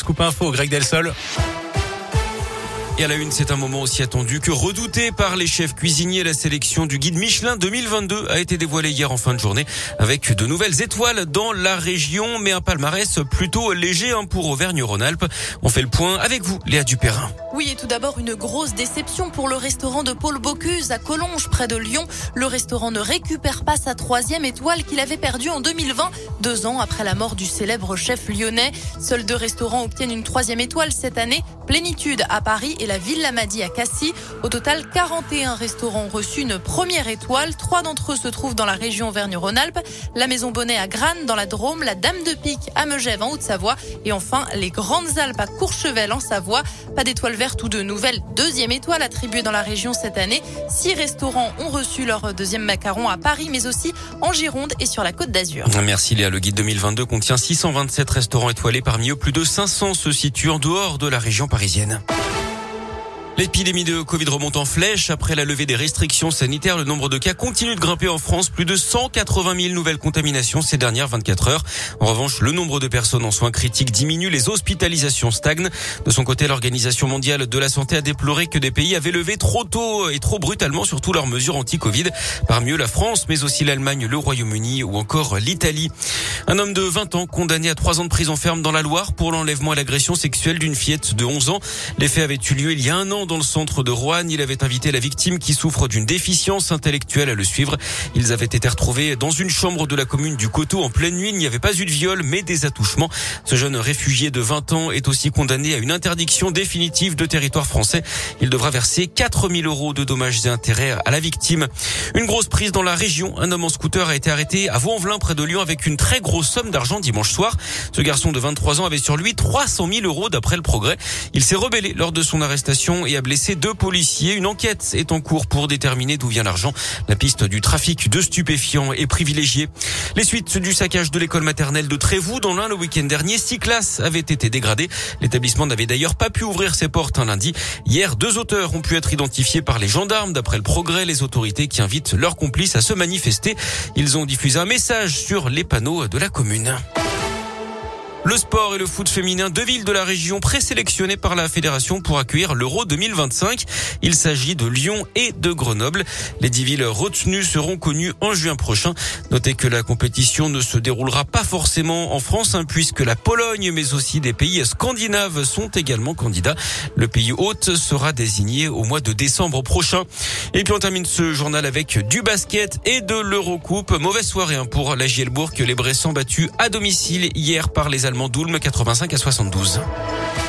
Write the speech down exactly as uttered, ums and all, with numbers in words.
Scoop Info, Greg Delsol. Et à la une, c'est un moment aussi attendu que redouté par les chefs cuisiniers. La sélection du guide Michelin deux mille vingt-deux a été dévoilée hier en fin de journée avec de nouvelles étoiles dans la région, mais un palmarès plutôt léger hein, pour Auvergne-Rhône-Alpes. On fait le point avec vous, Léa Dupérin. Oui, et tout d'abord, une grosse déception pour le restaurant de Paul Bocuse à Collonges, près de Lyon. Le restaurant ne récupère pas sa troisième étoile qu'il avait perdue en deux mille vingt, deux ans après la mort du célèbre chef lyonnais. Seuls deux restaurants obtiennent une troisième étoile cette année, Plénitude à Paris et la Villa Madi à Cassis. Au total, quarante et un restaurants ont reçu une première étoile. Trois d'entre eux se trouvent dans la région Auvergne-Rhône-Alpes. La Maison Bonnet à Granes dans la Drôme, la Dame de Pique à Megève en Haute-Savoie et enfin les Grandes Alpes à Courchevel en Savoie. Pas d'étoile verte ou de nouvelle deuxième étoile attribuée dans la région cette année. Six restaurants ont reçu leur deuxième macaron à Paris, mais aussi en Gironde et sur la Côte d'Azur. Merci Léa. Le guide deux mille vingt-deux contient six cent vingt-sept restaurants étoilés. Parmi eux, plus de cinq cents se situent en dehors de la région parisienne. L'épidémie de Covid remonte en flèche. Après la levée des restrictions sanitaires, le nombre de cas continue de grimper en France. Plus de cent quatre-vingt mille nouvelles contaminations ces dernières vingt-quatre heures. En revanche, le nombre de personnes en soins critiques diminue. Les hospitalisations stagnent. De son côté, l'Organisation mondiale de la santé a déploré que des pays avaient levé trop tôt et trop brutalement surtout leurs mesures anti-Covid. Parmi eux, la France, mais aussi l'Allemagne, le Royaume-Uni ou encore l'Italie. Un homme de vingt ans condamné à trois ans de prison ferme dans la Loire pour l'enlèvement et l'agression sexuelle d'une fillette de onze ans. Les faits avaient eu lieu il y a un an dans le centre de Roanne. Il avait invité la victime qui souffre d'une déficience intellectuelle à le suivre. Ils avaient été retrouvés dans une chambre de la commune du Coteau en pleine nuit. Il n'y avait pas eu de viol, mais des attouchements. Ce jeune réfugié de vingt ans est aussi condamné à une interdiction définitive de territoire français. Il devra verser quatre mille euros de dommages et intérêts à la victime. Une grosse prise dans la région. Un homme en scooter a été arrêté à Vaux-en-Velin près de Lyon avec une très grosse somme d'argent dimanche soir. Ce garçon de vingt-trois ans avait sur lui trois cent mille euros d'après le Progrès. Il s'est rebellé lors de son arrestation et a blessé deux policiers. Une enquête est en cours pour déterminer d'où vient l'argent. La piste du trafic de stupéfiants est privilégiée. Les suites du saccage de l'école maternelle de Trévoux dans l'Ain le week-end dernier, six classes avaient été dégradées. L'établissement n'avait d'ailleurs pas pu ouvrir ses portes un lundi. Hier, deux auteurs ont pu être identifiés par les gendarmes. D'après le Progrès, les autorités qui invitent leurs complices à se manifester. Ils ont diffusé un message sur les panneaux de la commune. Le sport et le foot féminin, deux villes de la région présélectionnées par la fédération pour accueillir l'Euro deux mille vingt-cinq. Il s'agit de Lyon et de Grenoble. Les dix villes retenues seront connues en juin prochain. Notez que la compétition ne se déroulera pas forcément en France, hein, puisque la Pologne, mais aussi des pays scandinaves sont également candidats. Le pays hôte sera désigné au mois de décembre prochain. Et puis on termine ce journal avec du basket et de l'Eurocoupe. Mauvaise soirée hein, pour la Gielbourg, les Bressans battus à domicile hier par les Allemands d'Ulm quatre-vingt-cinq à soixante-douze.